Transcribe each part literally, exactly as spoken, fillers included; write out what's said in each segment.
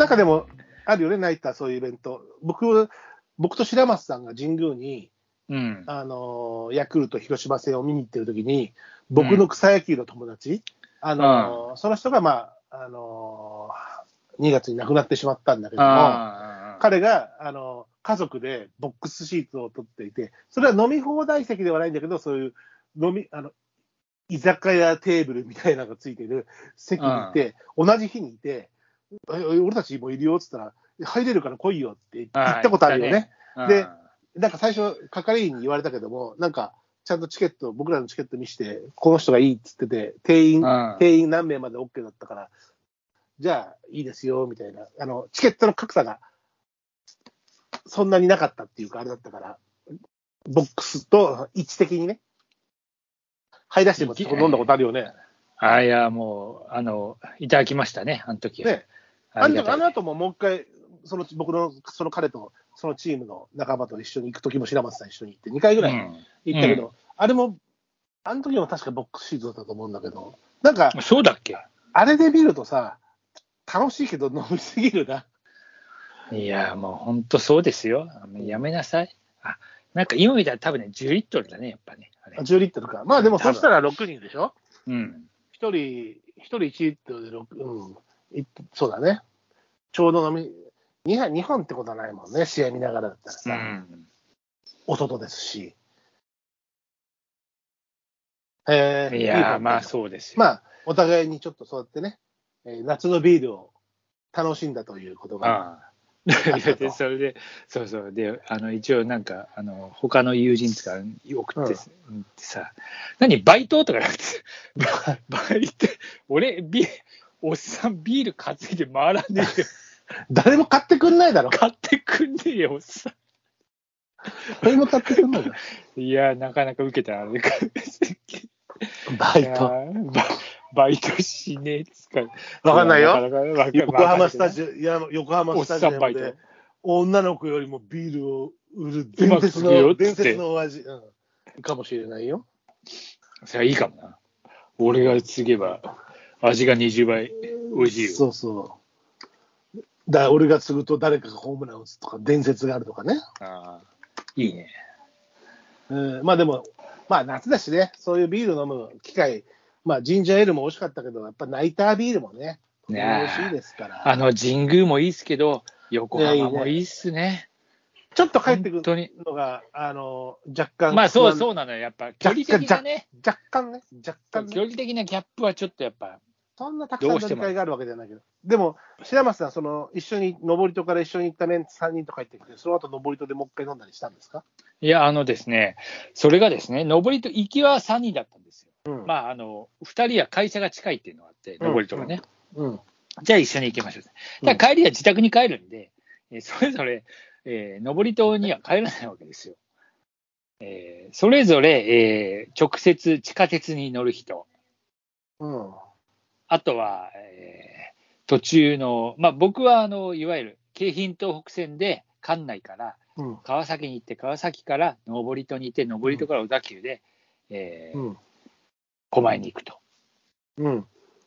かでも、あるよね、ナイター、そういうイベント。僕、僕と白松さんが神宮に、うん、あのヤクルト広島戦を見に行ってるときに、僕の草野球の友達、うん、あのその人が、まああのにがつに亡くなってしまったんだけども、彼が、あの家族でボックスシートを取っていて、それは飲み放題席ではないんだけど、そういう飲みあの居酒屋テーブルみたいなのがついてる席にいて、同じ日にいて、俺たちもいるよって言ったら、入れるから来いよって言ったことあるよね。で、なんか最初、係員に言われたけども、なんか、ちゃんとチケット、僕らのチケット見して、この人がいいって言ってて、定員、定員何名まで OK だったから、じゃあいいですよ、みたいな。あの、チケットの格差が、そんなになかったっていうか、あれだったから、ボックスと位置的にね、入らせても飲んだことあるよね。 あ、いや、もう、あの、いただきましたね、あの時は。 ね、あの、あの後ももう一回、その僕のその彼とそのチームの仲間と一緒に行くときも白松さん一緒に行ってにかいぐらい行ったけど、うんうん、あれもあの時も確かボックスシートだったと思うんだけど、なんかそうだっけ、 あれで見るとさ楽しいけど飲みすぎるな。 いやもう本当そうですよ、やめなさい。あ、なんか今見たら多分ねじゅうリットルだね、やっぱね。あれじゅうリットルか。まあでもそしたらろくにんでしょ。 うん。 ひとりひとりいちリットルでろく、うん、そうだね。ちょうど飲みにほんってことはないもんね、試合見ながらだったらさ、うん、お外ですし。 えー、いやー、まあそうですよ。 まあ、お互いにちょっとそうやってね、えー、夏のビールを楽しんだということがああでそれで、そうそう、で、あの一応、なんか、あの他の友人とか送って、うん、さ、何、バイトとかなくて、バイト、俺、ビおっさん、ビール担いで回らねえよ。 誰も買ってくんないだろ。 買ってくんねえよ、おっさん。 誰も買ってくんないだろ。 いや、なかなか受けたあれか。 バイトバ。バイトしねえっつか。 わかんないよ。横浜スタジオ、いや、横浜スタジオで女の子よりもビールを売る伝説の、伝説のお味、うん、かもしれないよ。 それはいいかもな。俺が継げば味がにじゅうばい美味しいよ。 そうそう。だ俺が継ぐと誰かがホームラン打つとか伝説があるとかね。 ああ、いいね。 うん、まあでも、まあ夏だしね、そういうビール飲む機会、まあジンジャーエールも美味しかったけど、やっぱナイタービールもね、美味しいですから。 あの神宮もいいですけど、横浜もいいっすね。 ちょっと帰ってくるのが、あの、若干。 まあそうそうなのよ、やっぱ距離的なね。 若干ね、若干ね。 距離的なギャップはちょっとやっぱ。 そんなたくさん乗り換えがあるわけじゃないけど。でも、白松さん、その、一緒に、登戸から一緒に行ったメンツさんにんと帰ってきて、その後登戸でもう一回飲んだりしたんですか？ いや、あのですね、それがですね、登戸、行きはさんにんだったんですよ。うん、まあ、あの、ふたりは会社が近いっていうのがあって、登戸がね。うんうん、じゃあ一緒に行きましょう。だから帰りは自宅に帰るんで、うん、それぞれ、えー、登戸には帰らないわけですよ。えー、それぞれ、えー、直接地下鉄に乗る人。うんあとは、えー、途中の、まあ、僕はあのいわゆる京浜東北線で関内から川崎に行って、川崎から登戸に行って、登戸から小田急で、えーうん、狛江に行くと。うん。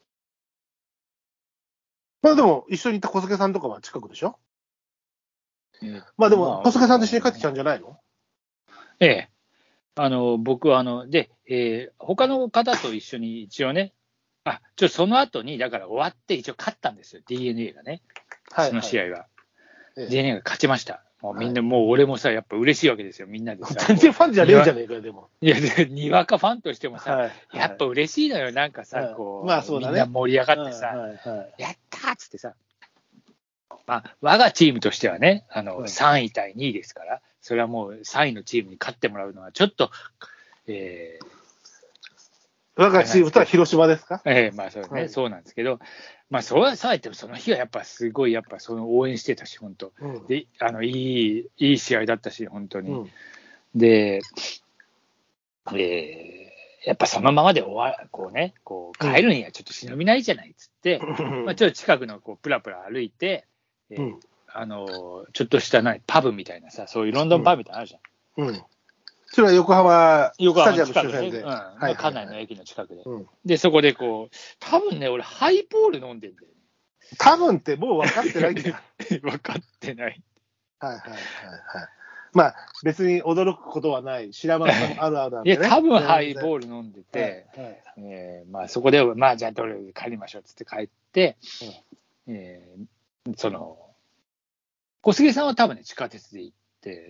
まあでも、一緒に行った小菅さんとかは近くでしょ？えー、まあでも、小菅さんと一緒に帰ってきたんじゃないの？ ええ。あの僕はあの、で、えー、他の方と一緒に一応ね、あ、ちょその後に、だから終わって、一応勝ったんですよ、ディーエヌエー がね、はいはい、その試合は。ええ、ディーエヌエー が勝ちました。もうみんな、はい、もう俺もさ、やっぱ嬉しいわけですよ、みんなでさ。 全然ファンじゃねえじゃねえかよ、でも。 いや、にわかファンとしてもさ、はいはい、やっぱ嬉しいのよ、なんかさ、はい、こう、まあそうだね、みんな盛り上がってさ、はいはいはい、やったーっつってさ、まあ、我がチームとしてはね、あの、はい、さんい対にいですから、それはもうさんいのチームに勝ってもらうのは、ちょっと、えー、 我がチームとは広島ですか？ ええ、まあそうね、はい、そうなんですけど、まあそうはさえてもその日はやっぱすごいやっぱその応援してたし、本当、うん、で、あのいいいい試合だったし本当に、うん、で、えー、やっぱそのままで終わこうね、こう帰るにはちょっと忍びないじゃないっつって、うん、まあちょっと近くのこうプラプラ歩いて、えーうん、あのちょっとした何パブみたいなさ、そういうロンドンパブみたいなのあるじゃん。うんうんそれは横浜スタジアム周辺で、うん、はいはいはい、関内の駅の近くで、うん、でそこでこう多分ね俺ハイボール飲んでんだよね。 多分ってもう分かってないんだ。 分かってない。 はいはいはいはい。まあ別に驚くことはない。知らなさもあるあるなんで、ね。 いや、多分ハイボール飲んでて、はいはい、えー、まあそこで、まあじゃあとりあえず帰りましょうっつって帰って、うん、えー、その、小菅さんは多分ね、地下鉄で行って、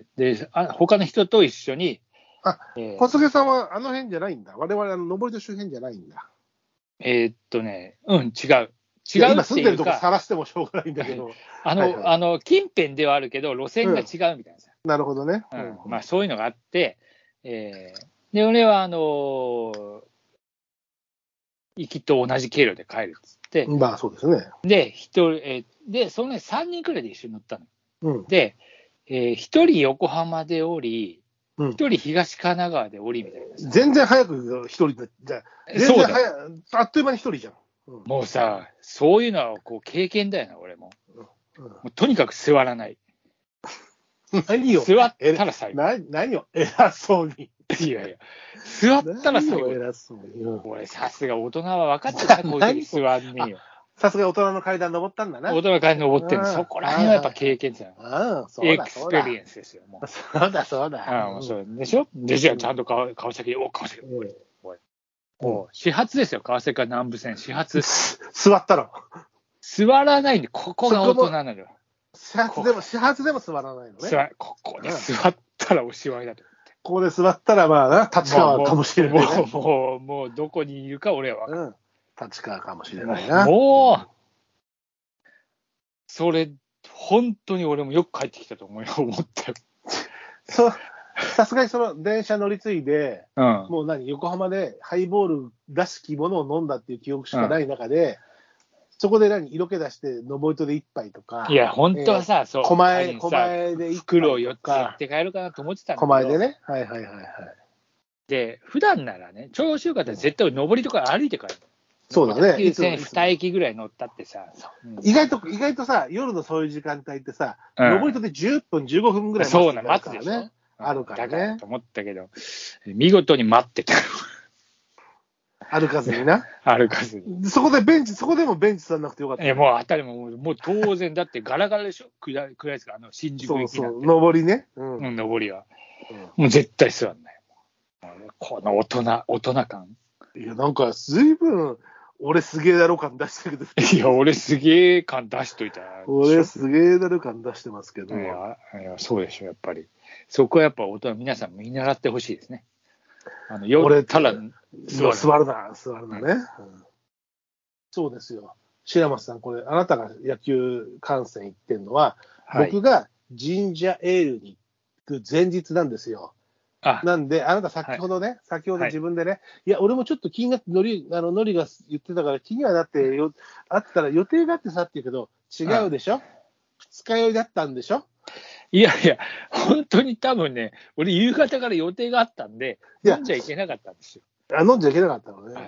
で、あ他の人と一緒に、 あ、えー、小菅さんはあの辺じゃないんだ。我々、あの、登戸周辺じゃないんだ。 えー、っとね、うん、違う。違う今住んでるとこ晒してもしょうがないんだけど。 あの、はいはい、あの、近辺ではあるけど、路線が違うみたいな、うん。 なるほどね。 うん。まあ、そういうのがあって、えー、で、俺は、あのー、行きと同じ経路で帰るっつって。 まあ、そうですね。 で、一人、えー、で、そのね、さんにんくらいで一緒に乗ったの。 うん、 で、えー、一人横浜で降り、一、うん、人東神奈川で降りみたいな。 全然早く一人で、じゃ全然早い、あっという間に一人じゃん。 うん、もうさ、そういうのはこう経験だよな、俺も。うんうん、もうとにかく座らない。 何を座ったら最後。 な何を偉そうに。 いやいや、座ったら最後。 偉そうに。 俺、さすが大人は分かってた、こういう時座んねえよ。 さすが大人の階段登ったんだな。 大人の階段登ってんの。そこら辺はやっぱ経験ですよ。 うん、そうだ。 エクスペリエンスですよ。もうそうだ、そうだ。 うん、そうでしょで、じゃあちゃんと川川崎、お、川崎、おい、おい。もう、始発ですよ、川崎から南武線、始発。 座ったの。 座らないんで、ここが大人なのよ。 始発でも、始発でも座らないのね。 ここで座ったらおしまいだと。 ここで座ったら、まあな、立川かもしれない、 ね。もう、もう、もう、どこにいるか俺は分かる。 うん、立川かもしれないな。 もう、それ、本当に俺もよく帰ってきたと思い思ったよ。 そう。さすがにその電車乗り継いで、 うん、 もう何、横浜でハイボールらしきものを飲んだっていう記憶しかない中で、うん、そこで何、色気出して、登戸で一杯とか。 いや、本当はさ、えー、そう。 狛江、狛江で一杯とか。 袋をよっつやって帰るかなと思ってたんだけど。 狛江でね。はいはいはいはい。 で、普段ならね、調子よかったら絶対上りとか歩いて帰る。 そうだね。 に駅ぐらい乗ったってさ、 うん、意外と、意外とさ、夜のそういう時間帯ってさ、うん、上りとでじゅっぷん、じゅうごふんぐらい待ってたからね。そうな、待つでしょ。 あるからね。 だからと思ったけど、見事に待ってた。 歩かずにな。 歩かずに。 そこでベンチ、そこでもベンチ座んなくてよかった、ね。 いや、もう当たりも、もう当然、だってガラガラでしょ、暗いですか、あの、新宿駅なんて。 そうそう、上りね。 うん、上りは。うん、もう絶対座んない。この大人、大人感。 いや、なんか、ずいぶん、俺すげえだろ感出してるけど。 いや、俺すげえ感出しといた。 俺すげえだろ感出してますけど。 いや、いやそうでしょ、やっぱり。そこはやっぱ大人、皆さん見習ってほしいですね。あの俺、ただ、座る座るな、座るなね、うんうん。そうですよ。白松さん、これ、あなたが野球観戦行ってるのは、はい、僕がジンジャーエールに行く前日なんですよ。あなんで、あなた先ほどね、はい、先ほど自分でね、はい、いや、俺もちょっと気になって、のり、あの、のりが言ってたから、気にはなってよ、あったら予定があってさって言うけど、違うでしょ、うん、二日酔いだったんでしょいやいや、本当に多分ね、俺夕方から予定があったんで、飲んじゃいけなかったんですよ。 あ飲んじゃいけなかったのね。はい、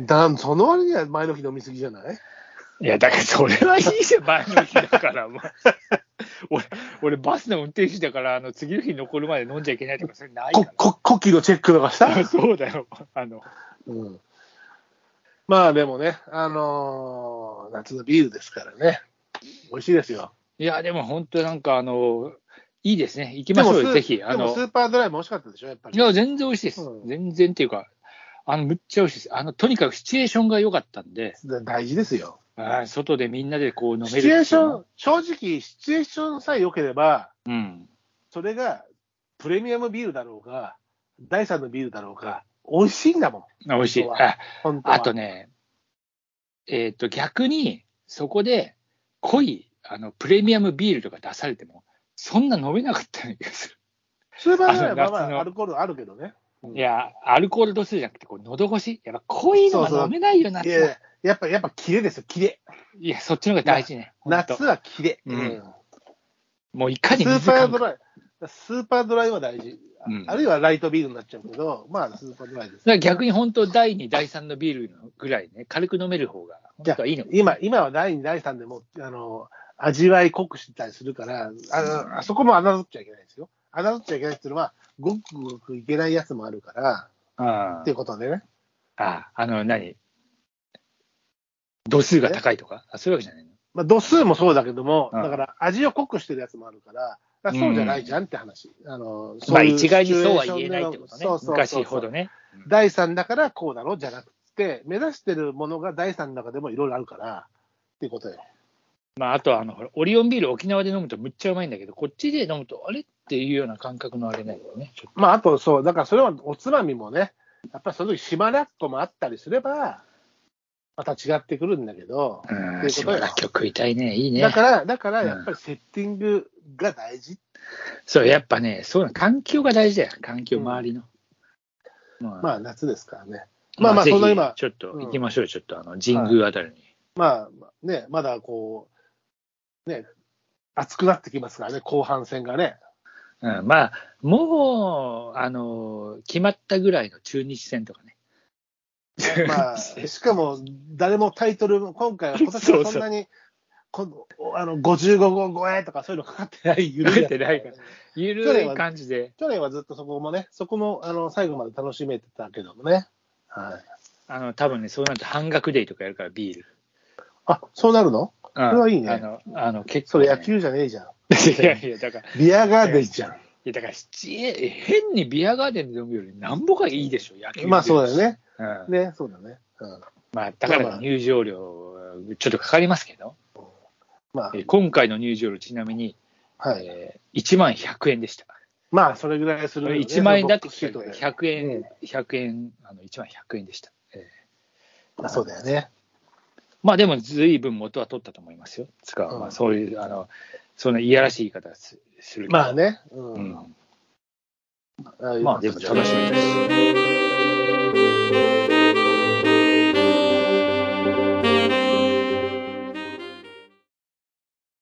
だその割には前の日飲みすぎじゃないいや、だからそれはいいじゃん、前の日だから。俺、俺バスの運転手だから、あの次の日残るまで飲んじゃいけないとか、それないから。 こ、こ、呼吸のチェックとかしたそうだよ。あの、 うん。まあでもね、あのー、夏のビールですからね。美味しいですよ。 いや、でも本当なんかあの、いいですね。行きましょうよ、ぜひ。 あの、でもスーパードライも美味しかったでしょ、やっぱり。 いや、全然美味しいです。うん、全然っていうか、あの、むっちゃ美味しいです。あの、とにかくシチュエーションが良かったんで。 大事ですよ。 あ外でみんなでこう飲める。 シチュエーション、正直、シチュエーションさえ良ければ、 うん。 それがプレミアムビールだろうが、だいさんのビールだろうが、美味しいんだもん。 美味しい。あ, あとね、えっ、ー、と、逆に、そこで濃い、あの、プレミアムビールとか出されても、そんな飲めなかったような気がする。 スーパードライはまあまあアルコールあるけどね。 いや、アルコール度数じゃなくて、こう喉越し、やっぱ濃いのが飲めないよな。 そうそういや、やっぱ、やっぱキレですよ、キレ。 いや、そっちの方が大事ね。 夏はキレ。 うん。もういかに水スーパードライ、スーパードライは大事。うん、あるいはライトビールになっちゃうけど、まあ、スーパードライです、ね。 だから逆に本当、だいに、だいさんのビールのぐらいね、軽く飲める方が、本当はいいの。 今、今はだいに、だいさんでも、あの、味わい濃くしたりするから、あの、あそこも侮っちゃいけないですよ。侮っちゃいけないっていうのは、ごくごくいけないやつもあるから、あっていうことでね。 ああ、あの、何度数が高いとかあ、そういうわけじゃないのまあ、度数もそうだけども、だから味を濃くしてるやつもあるから、からそうじゃないじゃんって話。うん、あのまあ一概にそうは言えないってことね。そうそうそうそう昔ほどね。 だいさんだからこうだろじゃなくて、目指してるものがだいさんの中でもいろいろあるからっていうことよ。 まあ、あとはあのオリオンビール沖縄で飲むとむっちゃうまいんだけど、こっちで飲むとあれっていうような感覚のあれないよね。 まあ、あとそう、だからそれはおつまみもね、やっぱりその時島らっこもあったりすれば、また違ってくるんだけど、 うん、島らっこ食いたいね、いいね。 だから、だからやっぱりセッティングが大事。うん、 そう、やっぱね、そういう環境が大事だよ、環境、周りの。 うんまあ、まあ、夏ですからね。 まあまあ、その今。ちょっと行きましょう、うん、ちょっとあの神宮あたりに。はい、 まあ、ね、まだこう、ね、暑くなってきますからね、後半戦がね。 うん、まあ、もう、あの、決まったぐらいの中日戦とかね。 まあ、しかも、誰もタイトル、今回は、今年はそんなに、そうそうあのごじゅうごご超えとかそういうのかかってない、 ゆるいないから、ゆるい感じで。 去年はずっとそこもね、そこもあの最後まで楽しめてたけどもね。はい。 あの、多分ね、そうなると半額デーとかやるから、ビール。 あ、そうなるの？それはいいね。 あの、あの結構、ね。それ野球じゃねえじゃん。 いやいや、だから。 ビアガーデンじゃん。いや、だから、変にビアガーデンで飲むより、なんぼがいいでしょ、野球。 まあ、そうだよね。うん、ね、そうだね。うん、 まあ、だから入場料、ちょっとかかりますけど、まあ、今回の入場料、ちなみに、はいえー、いちまんひゃくえんでした。 まあ、それぐらいする、ね。 いちまん円だって聞いてひゃくえん、うん、ひゃくえん、あのいちまんひゃくえんでした。えー、まあ、そうだよね。 まあ、でも、ずいぶん元は取ったと思いますよ。つか、うん、まあ、そういう、あの、そんないやらしい言い方するけど。 まあね。うん。 うん、まあ、でも楽しみです。